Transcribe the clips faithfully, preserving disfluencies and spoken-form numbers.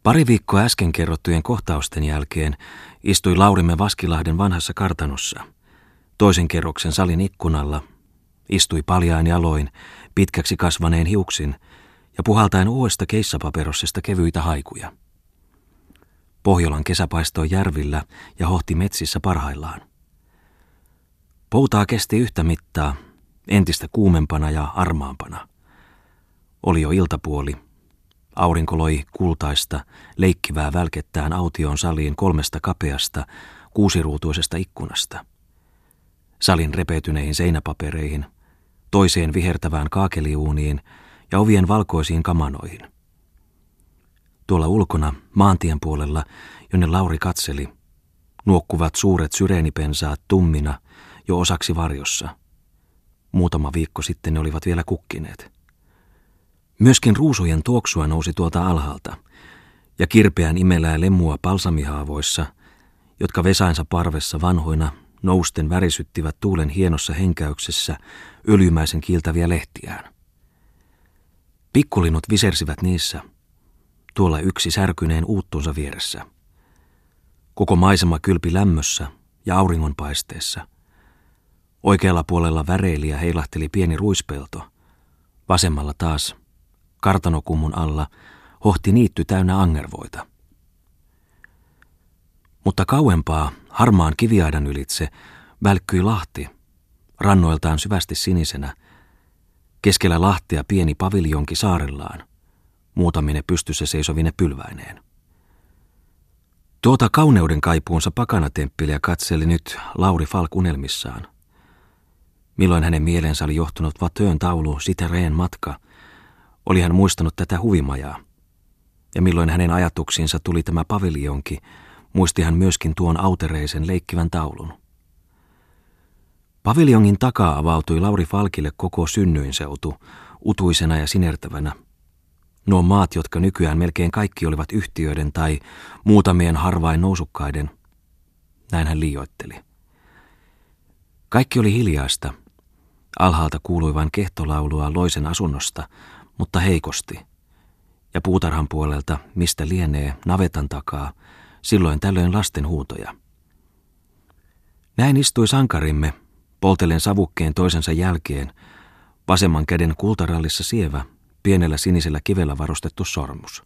Pari viikkoa äsken kerrottujen kohtausten jälkeen istui Laurimme Vaskilahden vanhassa kartanossa. Toisen kerroksen salin ikkunalla istui paljain jaloin, pitkäksi kasvaneen hiuksin ja puhaltaen uudesta keissapaperossesta kevyitä haikuja. Pohjolan kesä paistoi järvillä ja hohti metsissä parhaillaan. Poutaa kesti yhtä mittaa, entistä kuumempana ja armaampana. Oli jo iltapuoli. Aurinko loi kultaista, leikkivää välkettään autioon saliin kolmesta kapeasta, kuusiruutuisesta ikkunasta. Salin repeytyneihin seinäpapereihin, toiseen vihertävään kaakeliuuniin ja ovien valkoisiin kamanoihin. Tuolla ulkona, maantien puolella, jonne Lauri katseli, nuokkuvat suuret syreenipensaat tummina jo osaksi varjossa. Muutama viikko sitten ne olivat vielä kukkineet. Myöskin ruusujen tuoksua nousi tuolta alhaalta, ja kirpeän imelää lemmua palsamihaavoissa, jotka Vesainsa parvessa vanhoina nousten värisyttivät tuulen hienossa henkäyksessä öljymäisen kiiltäviä lehtiään. Pikkulinnut visersivät niissä, tuolla yksi särkyneen uuttonsa vieressä. Koko maisema kylpi lämmössä ja auringonpaisteessa. Oikealla puolella väreili ja heilahteli pieni ruispelto. Vasemmalla taas, kartanokummun alla, hohti niitty täynnä angervoita. Mutta kauempaa, harmaan kiviaidan ylitse, välkkyi lahti, rannoiltaan syvästi sinisenä. Keskellä lahtea pieni paviljonki saarellaan, muutamine pystyssä seisovine pylväineen. Tuota kauneuden kaipuunsa pakanatemppeliä katseli nyt Lauri Falk unelmissaan. Milloin hänen mielensä oli johtunut Vatöön taulu Sitereen matka, oli hän muistanut tätä huvimajaa. Ja milloin hänen ajatuksiinsa tuli tämä paviljonki, muisti hän myöskin tuon autereisen leikkivän taulun. Paviljongin takaa avautui Lauri Falkille koko synnyinseutu, utuisena ja sinertävänä. Nuo maat, jotka nykyään melkein kaikki olivat yhtiöiden tai muutamien harvain nousukkaiden, näin hän liioitteli. Kaikki oli hiljaista. Alhaalta kuului vain kehtolaulua Loisen asunnosta, mutta heikosti. Ja puutarhan puolelta, mistä lienee, navetan takaa, silloin tällöin lasten huutoja. Näin istui sankarimme, poltellen savukkeen toisensa jälkeen, vasemman käden kultarallissa sievä, pienellä sinisellä kivellä varustettu sormus.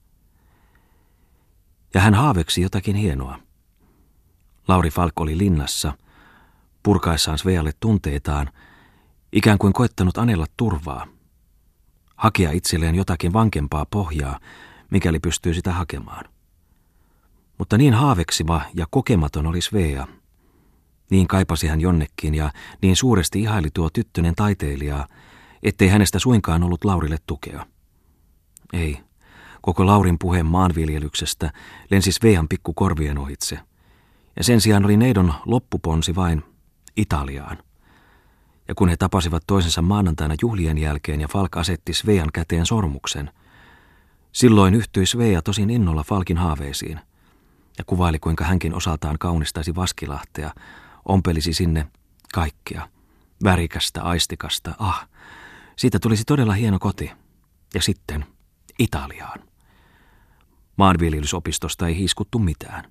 Ja hän haaveksi jotakin hienoa. Lauri Falk oli linnassa, purkaessaan Svealle tunteitaan, ikään kuin koettanut anella turvaa, hakea itselleen jotakin vankempaa pohjaa, mikäli pystyy sitä hakemaan. Mutta niin haaveksiva ja kokematon oli Svea, niin kaipasi hän jonnekin ja niin suuresti ihaili tuo tyttönen taiteilijaa, ettei hänestä suinkaan ollut Laurille tukea. Ei, koko Laurin puheen maanviljelyksestä lensi Svean pikku korvien ohitse, ja sen sijaan oli neidon loppuponsi vain Italiaan. Ja kun he tapasivat toisensa maanantaina juhlien jälkeen ja Falk asetti Svean käteen sormuksen, silloin yhtyi Svea tosin innolla Falkin haaveisiin ja kuvaili, kuinka hänkin osaltaan kaunistaisi Vaskilahtea, ompelisi sinne kaikkea, värikästä, aistikasta, ah, siitä tulisi todella hieno koti. Ja sitten Italiaan. Maanviljelysopistosta ei hiiskuttu mitään.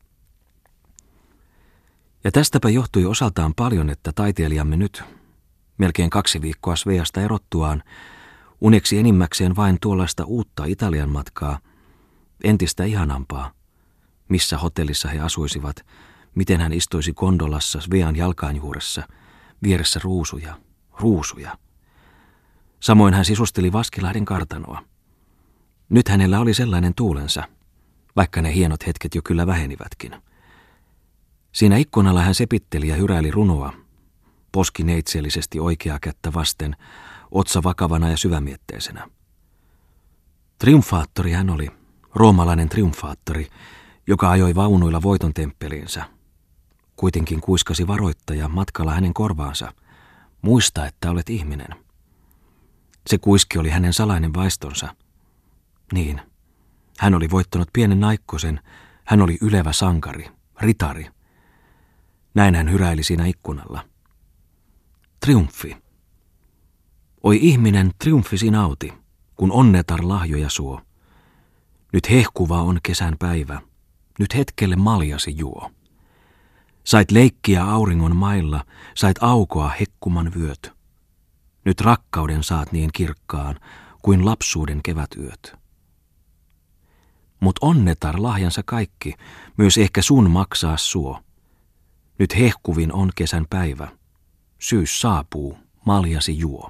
Ja tästäpä johtui osaltaan paljon, että taiteilijamme nyt, melkein kaksi viikkoa Sveasta erottuaan, uneksi enimmäkseen vain tuollaista uutta Italian matkaa, entistä ihanampaa, missä hotellissa he asuisivat, miten hän istuisi gondolassa Svean jalkainjuuressa, vieressä ruusuja, ruusuja. Samoin hän sisusteli Vaskilahden kartanoa. Nyt hänellä oli sellainen tuulensa, vaikka ne hienot hetket jo kyllä vähenivätkin. Siinä ikkunalla hän sepitteli ja hyräili runoa, poski neitsellisesti oikeaa kättä vasten, otsa vakavana ja syvämietteisenä. Triumfaattori hän oli, roomalainen triumfaattori, joka ajoi vaunuilla voiton temppeliinsä. Kuitenkin kuiskasi varoittaja matkalla hänen korvaansa, muista, että olet ihminen. Se kuiski oli hänen salainen vaistonsa. Niin, hän oli voittanut pienen naikkosen, hän oli ylevä sankari, ritari. Näin hän hyräili siinä ikkunalla. Triumfi. Oi ihminen, triumfisi nauti, kun onnetar lahjoja suo. Nyt hehkuva on kesän päivä. Nyt hetkelle maljasi juo. Sait leikkiä auringon mailla, sait aukoa hekkuman vyöt. Nyt rakkauden saat niin kirkkaan kuin lapsuuden kevätyöt. Mut onnetar lahjansa kaikki, myös ehkä sun maksaa suo. Nyt hehkuvin on kesän päivä. Syys saapuu, maljasi juo.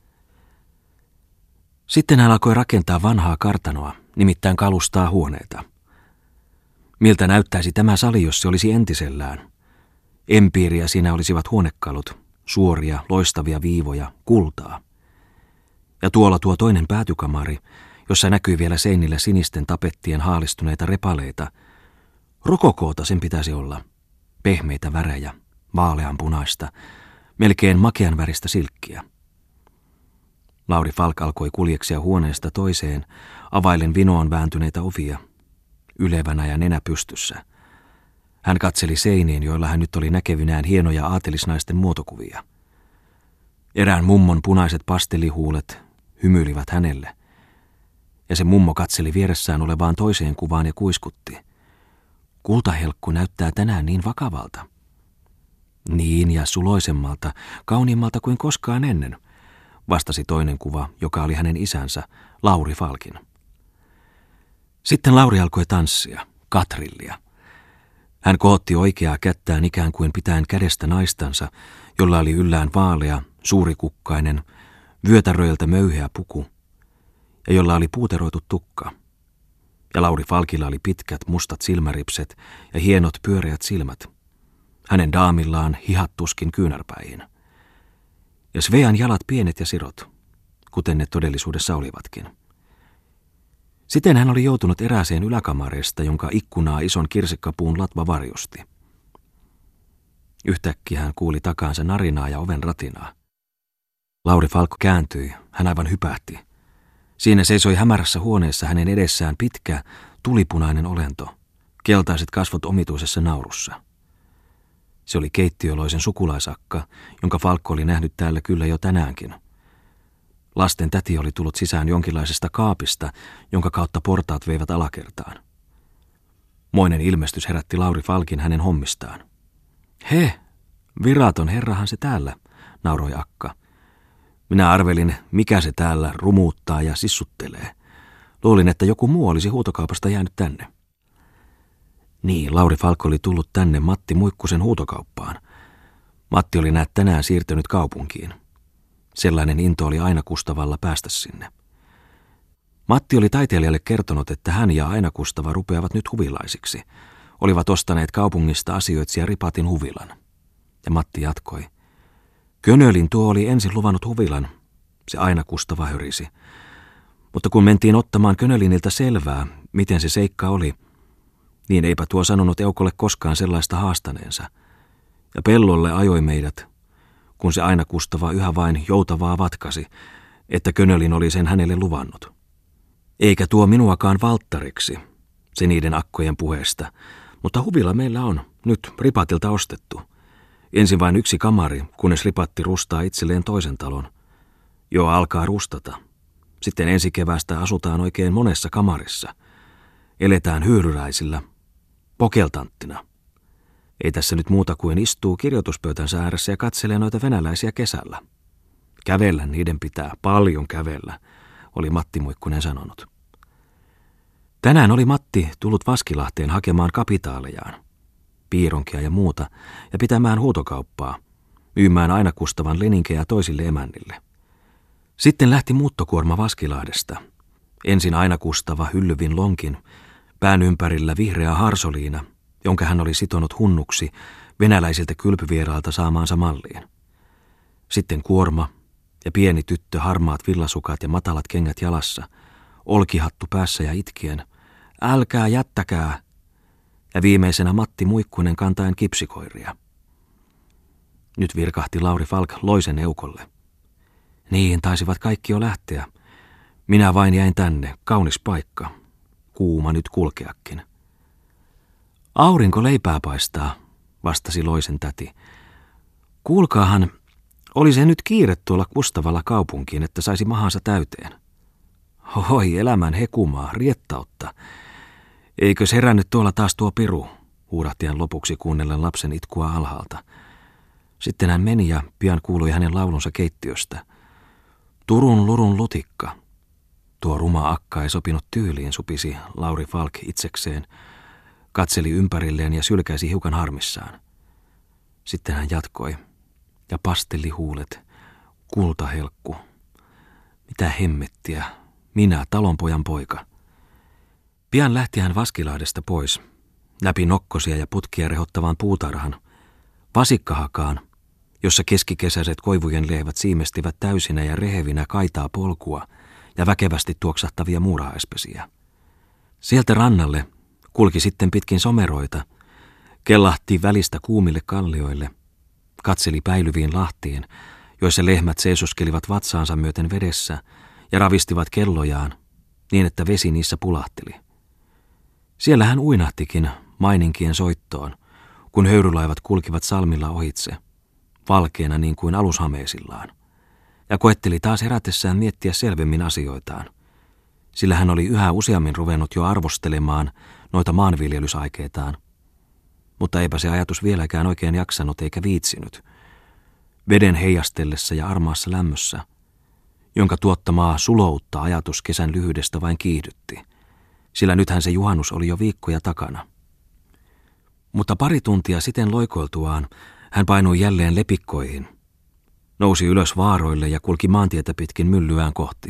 Sitten hän alkoi rakentaa vanhaa kartanoa, nimittäin kalustaa huoneita. Miltä näyttäisi tämä sali, jos se olisi entisellään? Empiiriä siinä olisivat huonekalut, suoria, loistavia viivoja, kultaa. Ja tuolla tuo toinen päätykamari, jossa näkyy vielä seinillä sinisten tapettien haalistuneita repaleita. Rokokoota sen pitäisi olla. Pehmeitä värejä, vaaleanpunaista, melkein makean väristä silkkiä. Lauri Falk alkoi kuljeksia huoneesta toiseen, availlen vinoon vääntyneitä ovia, ylevänä ja nenä pystyssä. Hän katseli seiniin, joilla hän nyt oli näkevinään hienoja aatelisnaisten muotokuvia. Erään mummon punaiset pastelihuulet hymyilivät hänelle, ja se mummo katseli vieressään olevaan toiseen kuvaan ja kuiskutti. Kultahelkku näyttää tänään niin vakavalta. Niin ja suloisemmalta, kauniimmalta kuin koskaan ennen, vastasi toinen kuva, joka oli hänen isänsä, Lauri Falkin. Sitten Lauri alkoi tanssia, katrillia. Hän kohotti oikeaa kättään ikään kuin pitäen kädestä naistansa, jolla oli yllään vaalea, suurikukkainen, vyötäröiltä möyheä puku, ja jolla oli puuteroitu tukka. Ja Lauri Falkilla oli pitkät mustat silmäripset ja hienot pyöreät silmät. Hänen daamillaan hihat tuskin kyynärpäihin. Ja Svean jalat pienet ja sirot, kuten ne todellisuudessa olivatkin. Siten hän oli joutunut erääseen yläkamarista, jonka ikkunaa ison kirsikkapuun latva varjosti. Yhtäkkiä hän kuuli takaansa narinaa ja oven ratinaa. Lauri Falk kääntyi, hän aivan hypähti. Siinä seisoi hämärässä huoneessa hänen edessään pitkä, tulipunainen olento, keltaiset kasvot omituisessa naurussa. Se oli keittiöloisen sukulaisakka, jonka Falk oli nähnyt täällä kyllä jo tänäänkin. Lasten täti oli tullut sisään jonkinlaisesta kaapista, jonka kautta portaat veivät alakertaan. Moinen ilmestys herätti Lauri Falkin hänen hommistaan. He, viraton herrahan se täällä, nauroi akka. Minä arvelin, mikä se täällä rumuuttaa ja sissuttelee. Luulin, että joku muu olisi huutokaupasta jäänyt tänne. Niin, Lauri Falk oli tullut tänne Matti Muikkusen huutokauppaan. Matti oli näet tänään siirtynyt kaupunkiin. Sellainen into oli Aina Kustavalla päästä sinne. Matti oli taiteilijalle kertonut, että hän ja Aina Kustava rupeavat nyt huvilaisiksi. Olivat ostaneet kaupungista asioitsija Ripatin huvilan. Ja Matti jatkoi. Könölin tuo oli ensin luvannut huvilan, se Aina Kustava hörisi. Mutta kun mentiin ottamaan Könöliniltä selvää, miten se seikka oli, niin eipä tuo sanonut Eukolle koskaan sellaista haastaneensa. Ja pellolle ajoi meidät, kun se Aina Kustava yhä vain joutavaa vatkasi, että Könölin oli sen hänelle luvannut. Eikä tuo minuakaan valttariksi, se niiden akkojen puheesta, mutta huvila meillä on, nyt Ripatilta ostettu. Ensin vain yksi kamari, kunnes Ripatti rustaa itselleen toisen talon. Jo alkaa rustata. Sitten ensi keväästä asutaan oikein monessa kamarissa. Eletään hyyryräisillä, pokeltanttina. Ei tässä nyt muuta kuin istuu kirjoituspöytänsä ääressä ja katselee noita venäläisiä kesällä. Kävellä niiden pitää, paljon kävellä, oli Matti Muikkunen sanonut. Tänään oli Matti tullut Vaskilahteen hakemaan kapitaalejaan, piironkia ja muuta, ja pitämään huutokauppaa, myymään Aina Kustavan leninkejä toisille emännille. Sitten lähti muuttokuorma Vaskilahdesta. Ensin Aina Kustava hyllyvin lonkin, pään ympärillä vihreä harsoliina, jonka hän oli sitonut hunnuksi venäläisiltä kylpyvieraalta saamaansa malliin. Sitten kuorma ja pieni tyttö, harmaat villasukat ja matalat kengät jalassa, olkihattu päässä ja itkien, älkää jättäkää, ja viimeisenä Matti Muikkunen kantaen kipsikoiria. Nyt virkahti Lauri Falk Loisen Eukolle. Niin, taisivat kaikki jo lähteä. Minä vain jäin tänne, kaunis paikka. Kuuma nyt kulkeakin. Aurinko leipää paistaa, vastasi Loisen täti. Kuulkaahan, oli se nyt kiire tuolla Kustavalla kaupunkiin, että saisi mahansa täyteen. Hoi, elämän hekumaa, riettautta. Eikös herännyt tuolla taas tuo piru, huudahti hän lopuksi kuunnellen lapsen itkua alhaalta. Sitten hän meni ja pian kuului hänen laulunsa keittiöstä. Turun lurun lutikka. Tuo ruma akka ei sopinut tyyliin, supisi Lauri Falk itsekseen, katseli ympärilleen ja sylkäisi hiukan harmissaan. Sitten hän jatkoi ja pasteli huulet, kultahelkku. Mitä hemmettiä, minä, talonpojan poika. Pian lähti hän Vaskilahdesta pois, läpi nokkosia ja putkia rehottavaan puutarhan, vasikkahakaan, jossa keskikesäiset koivujen lehvät siimestivät täysinä ja rehevinä kaitaa polkua ja väkevästi tuoksahtavia muurahaispesiä. Sieltä rannalle kulki sitten pitkin someroita, kellahti välistä kuumille kallioille, katseli päilyviin lahtiin, joissa lehmät seisoskelivat vatsaansa myöten vedessä ja ravistivat kellojaan niin, että vesi niissä pulahteli. Siellä hän uinahtikin maininkien soittoon, kun höyrylaivat kulkivat salmilla ohitse, valkeena niin kuin alushameisillaan, ja koetteli taas herätessään miettiä selvemmin asioitaan, sillä hän oli yhä useammin ruvennut jo arvostelemaan noita maanviljelysaikeitaan, mutta eipä se ajatus vieläkään oikein jaksanut eikä viitsinyt, veden heijastellessa ja armaassa lämmössä, jonka tuottamaa suloutta ajatus kesän lyhyydestä vain kiihdytti, sillä nythän se juhannus oli jo viikkoja takana. Mutta pari tuntia siten loikoiltuaan hän painui jälleen lepikkoihin, nousi ylös vaaroille ja kulki maantietä pitkin myllyään kohti.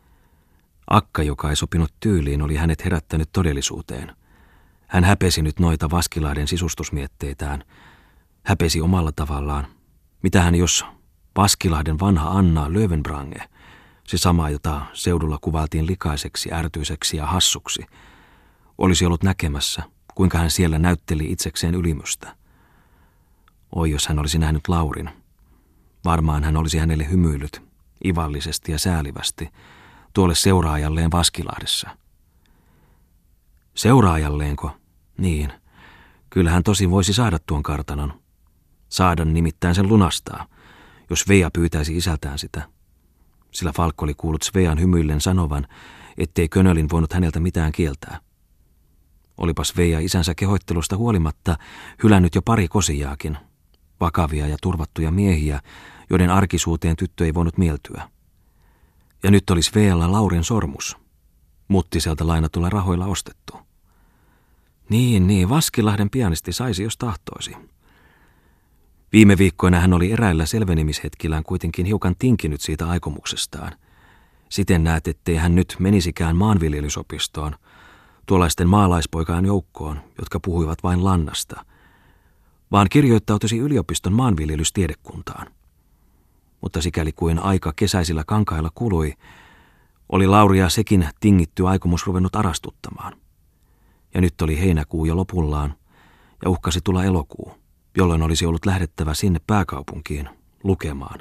Akka, joka ei sopinut tyyliin, oli hänet herättänyt todellisuuteen. Hän häpesi nyt noita Vaskilahden sisustusmietteitään, häpesi omalla tavallaan. Mitähän jos Vaskilahden vanha Anna Löwenbrange, se sama, jota seudulla kuvailtiin likaiseksi, ärtyiseksi ja hassuksi, olisi ollut näkemässä, kuinka hän siellä näytteli itsekseen ylimystä. Oi, jos hän olisi nähnyt Laurin. Varmaan hän olisi hänelle hymyillyt, ivallisesti ja säälivästi, tuolle seuraajalleen Vaskilahdessa. Seuraajalleenko? Niin. Kyllä hän tosi voisi saada tuon kartanon. Saada nimittäin sen lunastaa, jos Vea pyytäisi isältään sitä. Sillä Falk oli kuullut Svean hymyillen sanovan, ettei Könölin voinut häneltä mitään kieltää. Olipas Vea isänsä kehoittelusta huolimatta hylännyt jo pari kosijaakin, vakavia ja turvattuja miehiä, joiden arkisuuteen tyttö ei voinut mieltyä. Ja nyt olisi Vealla Laurin sormus, Muttiselta lainatulla rahoilla ostettu. Niin, niin, Vaskilahden pianisti saisi, jos tahtoisi. Viime viikkoina hän oli eräillä selvenimishetkillään kuitenkin hiukan tinkinyt siitä aikomuksestaan. Siten näet, ettei hän nyt menisikään maanviljelysopistoon, tuollaisten maalaispoikaan joukkoon, jotka puhuivat vain lannasta, vaan kirjoittautuisi yliopiston maanviljelystiedekuntaan. Mutta sikäli kuin aika kesäisillä kankailla kului, oli Lauria sekin tingitty aikomus ruvennut arastuttamaan. Ja nyt oli heinäkuu jo lopullaan ja uhkasi tulla elokuu, jolloin olisi ollut lähdettävä sinne pääkaupunkiin lukemaan.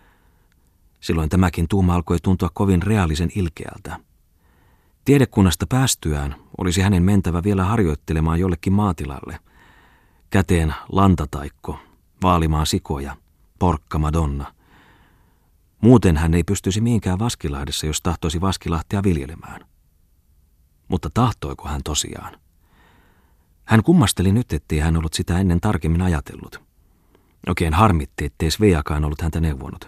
Silloin tämäkin tuuma alkoi tuntua kovin reaalisen ilkeältä. Tiedekunnasta päästyään olisi hänen mentävä vielä harjoittelemaan jollekin maatilalle, käteen lantataikko, vaalimaan sikoja, porkka madonna. Muuten hän ei pystyisi mihinkään Vaskilahdessa, jos tahtoisi Vaskilahtea viljelemään. Mutta tahtoiko hän tosiaan? Hän kummasteli nyt, ettei hän ollut sitä ennen tarkemmin ajatellut. Oikein harmitti, ettei Sveakaan ollut häntä neuvonut.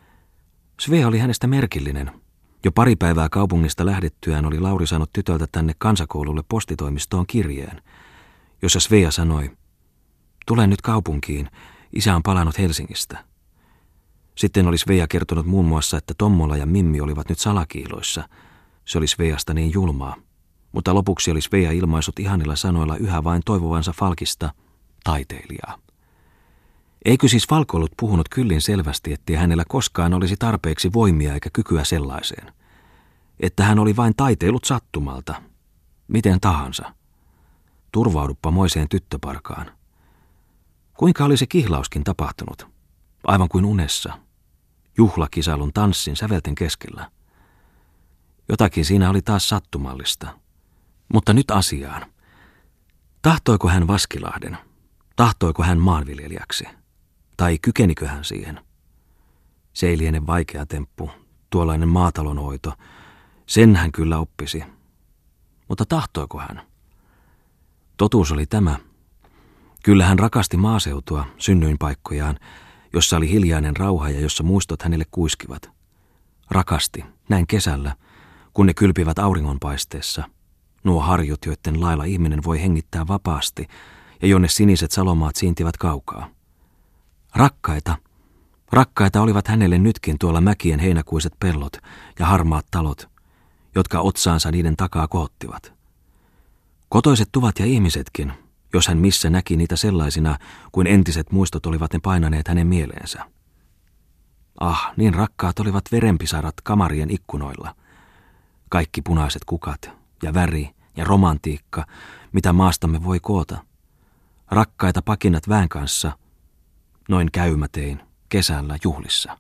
Svea oli hänestä merkillinen. Jo pari päivää kaupungista lähdettyään oli Lauri saanut tytöltä tänne kansakoululle postitoimistoon kirjeen, jossa Svea sanoi, tule nyt kaupunkiin, isä on palannut Helsingistä. Sitten oli Svea kertonut muun muassa, että Tommola ja Mimmi olivat nyt salakiiloissa. Se oli Sveasta niin julmaa. Mutta lopuksi oli Svea ilmaisut ihanilla sanoilla yhä vain toivovansa Falkista taiteilijaa. Eikö siis Falk ollut puhunut kyllin selvästi, ettei hänellä koskaan olisi tarpeeksi voimia eikä kykyä sellaiseen? Että hän oli vain taiteilut sattumalta. Miten tahansa. Turvauduppa moiseen tyttöparkaan. Kuinka oli se kihlauskin tapahtunut? Aivan kuin unessa. Juhlakisailun tanssin sävelten keskellä. Jotakin siinä oli taas sattumallista. Mutta nyt asiaan. Tahtoiko hän Vaskilahden? Tahtoiko hän maanviljelijäksi? Tai kykenikö hän siihen? Se ei liene vaikea temppu, tuollainen maatalonhoito, Sen hän kyllä oppisi. Mutta tahtoiko hän? Totuus oli tämä. Kyllä hän rakasti maaseutua, synnyinpaikkojaan, jossa oli hiljainen rauha ja jossa muistot hänelle kuiskivat. Rakasti, näin kesällä, kun ne kylpivät auringonpaisteessa. Nuo harjut, joiden lailla ihminen voi hengittää vapaasti ja jonne siniset salomaat siintivät kaukaa. Rakkaita, rakkaita olivat hänelle nytkin tuolla mäkien heinäkuiset pellot ja harmaat talot, jotka otsaansa niiden takaa kohottivat. Kotoiset tuvat ja ihmisetkin, jos hän missä näki niitä sellaisina, kuin entiset muistot olivat ne painaneet hänen mieleensä. Ah, niin rakkaat olivat verenpisarat kamarien ikkunoilla. Kaikki punaiset kukat ja väri ja romantiikka, mitä maastamme voi koota. Rakkaita pakinat väen kanssa, noin käymätein, kesällä juhlissa.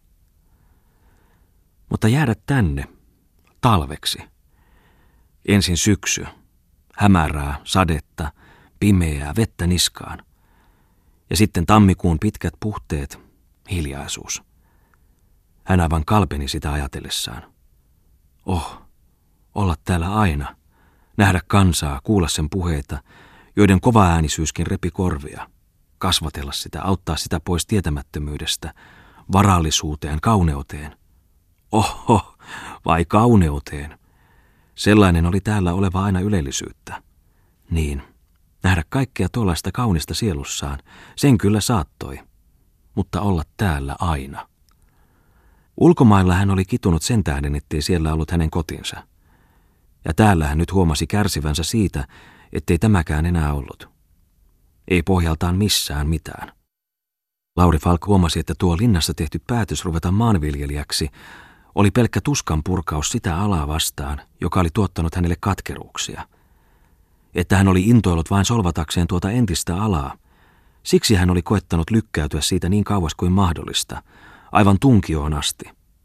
Mutta jäädä tänne, talveksi. Ensin syksy, hämärää, sadetta, pimeää, vettä niskaan. Ja sitten tammikuun pitkät puhteet, hiljaisuus. Hän aivan kalpeni sitä ajatellessaan. Oh, olla täällä aina, nähdä kansaa, kuulla sen puheita, joiden kova äänisyyskin repi korvia, kasvatella sitä, auttaa sitä pois tietämättömyydestä, varallisuuteen, kauneuteen. Oho, vai kauneuteen. Sellainen oli täällä oleva aina ylellisyyttä. Niin, nähdä kaikkea tuollaista kaunista sielussaan, sen kyllä saattoi, mutta olla täällä aina. Ulkomailla hän oli kitunut sen tähden, ettei siellä ollut hänen kotinsa. Ja täällä hän nyt huomasi kärsivänsä siitä, ettei tämäkään enää ollut. Ei pohjaltaan missään mitään. Lauri Falk huomasi, että tuo linnassa tehty päätös ruveta maanviljelijäksi oli pelkkä tuskan purkaus sitä alaa vastaan, joka oli tuottanut hänelle katkeruuksia. Että hän oli intoillut vain solvatakseen tuota entistä alaa. Siksi hän oli koettanut lykkäytyä siitä niin kauas kuin mahdollista, aivan tunkioon asti.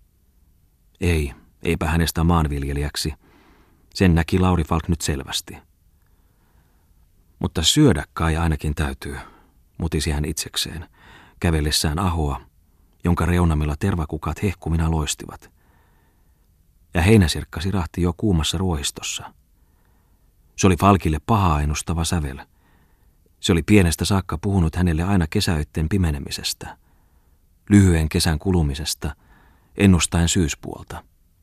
Ei, eipä hänestä maanviljelijäksi. Sen näki Lauri Falk nyt selvästi. Mutta syödä kai ainakin täytyy, mutisi hän itsekseen, kävellessään ahoa, jonka reunamilla tervakukat hehkumina loistivat. Ja heinäsirkka sirahti jo kuumassa ruohistossa. Se oli Falkille pahaa ennustava sävel. Se oli pienestä saakka puhunut hänelle aina kesäöitten pimenemisestä, lyhyen kesän kulumisesta, ennustaen syyspuolta.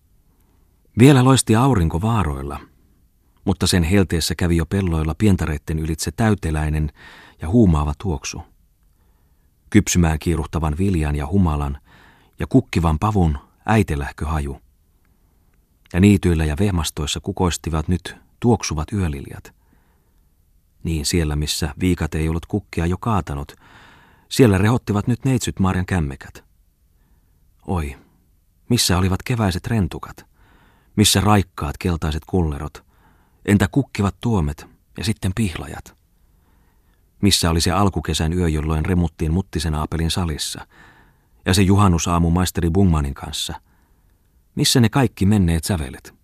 Vielä loisti aurinko vaaroilla, mutta sen helteessä kävi jo pelloilla pientareitten ylitse täyteläinen ja huumaava tuoksu. Kypsymään kiiruhtavan viljan ja humalan ja kukkivan pavun äitelähköhaju. Ja niityillä ja vehmastoissa kukoistivat nyt tuoksuvat yöliljat. Niin siellä, missä viikat ei ollut kukkia jo kaatanut, siellä rehottivat nyt neitsyt marjan kämmekät. Oi, missä olivat keväiset rentukat? Missä raikkaat keltaiset kullerot? Entä kukkivat tuomet ja sitten pihlajat? Missä oli se alkukesän yö, jolloin remuttiin Muttisen Aapelin salissa, ja se juhannusaamu maisteri Bungmanin kanssa? Missä ne kaikki menneet sävelet?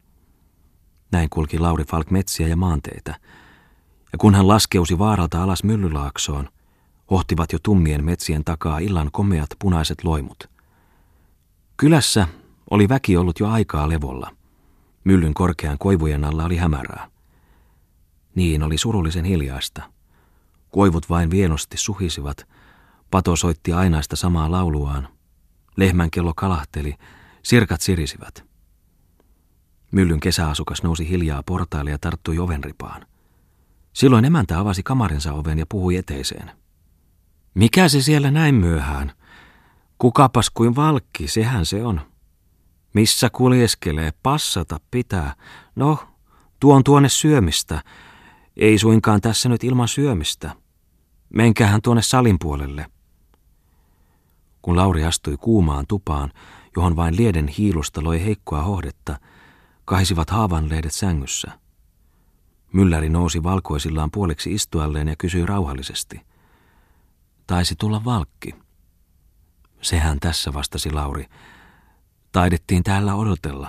Näin kulki Lauri Falk metsiä ja maanteitä, ja kun hän laskeusi vaaralta alas Myllylaaksoon, hohtivat jo tummien metsien takaa illan komeat punaiset loimut. Kylässä oli väki ollut jo aikaa levolla. Myllyn korkean koivujen alla oli hämärää. Niin oli surullisen hiljaista. Koivut vain vienosti suhisivat, pato soitti ainaista samaa lauluaan, lehmän kello kalahteli, sirkat sirisivät. Myllyn kesäasukas nousi hiljaa portaille ja tarttui ovenripaan. Silloin emäntä avasi kamarinsa oven ja puhui eteiseen. Mikä se siellä näin myöhään? Kukapas kuin valkki, sehän se on. Missä kuljeskelee, passata pitää. No, tuon tuonne syömistä. Ei suinkaan tässä nyt ilman syömistä. Menkähän tuonne salin puolelle. Kun Lauri astui kuumaan tupaan, johon vain lieden hiilusta loi heikkoa hohdetta, kahisivat haavanlehdet sängyssä. Mylläri nousi valkoisillaan puoliksi istualleen ja kysyi rauhallisesti. Taisi tulla valkki. Sehän tässä, vastasi Lauri. Taidettiin täällä odotella.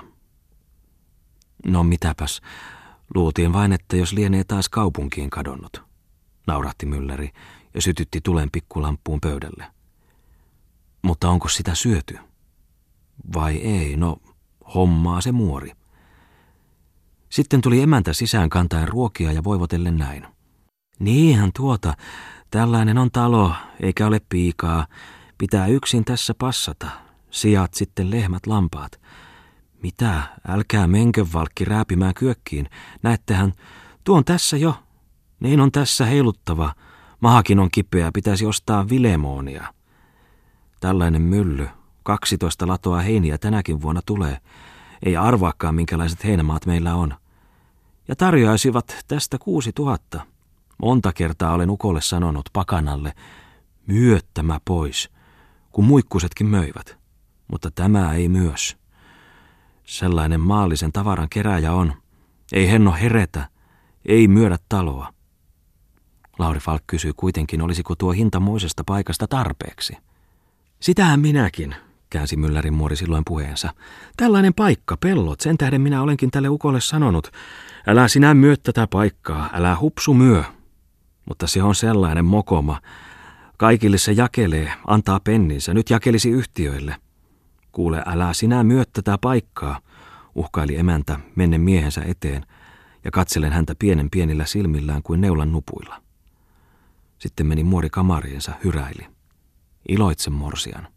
No mitäpäs, luultiin vain, että jos lienee taas kaupunkiin kadonnut, naurahti Mylläri ja sytytti tulen pikkulampuun pöydälle. Mutta onko sitä syöty? Vai ei, no hommaa se muori. Sitten tuli emäntä sisään kantaen ruokia ja voivotellen näin. Niinhän tuota, tällainen on talo, eikä ole piikaa. Pitää yksin tässä passata. Sijat sitten lehmät lampaat. Mitä, älkää menkö valkki rääpimään kyökkiin. Näettehän, tuo on tässä jo. Niin on tässä heiluttava. Mahakin on kipeä, pitäisi ostaa vilemoonia. Tällainen mylly, kaksitoista latoa heiniä tänäkin vuonna tulee. Ei arvaakaan, minkälaiset heinämaat meillä on. Ja tarjoaisivat tästä kuusi tuhatta. Monta kertaa olen ukolle sanonut pakanalle, myö tämä pois, kun muikkusetkin möivät. Mutta tämä ei myös. Sellainen maallisen tavaran kerääjä on. Ei henno heretä, ei myydä taloa. Lauri Falk kysyi kuitenkin, olisiko tuo hintamoisesta paikasta tarpeeksi. Sitähän minäkin, käänsi myllärin muori silloin puheensa. Tällainen paikka, pellot, sen tähden minä olenkin tälle ukolle sanonut. Älä sinä myö tätä paikkaa, älä hupsu myö. Mutta se on sellainen mokoma. Kaikille se jakelee, antaa penninsä, nyt jakelisi yhtiöille. Kuule, älä sinä myö tätä paikkaa, uhkaili emäntä mennen miehensä eteen ja katselen häntä pienen pienillä silmillään kuin neulan nupuilla. Sitten meni muori kamariinsa, hyräili. Iloitse, morsian.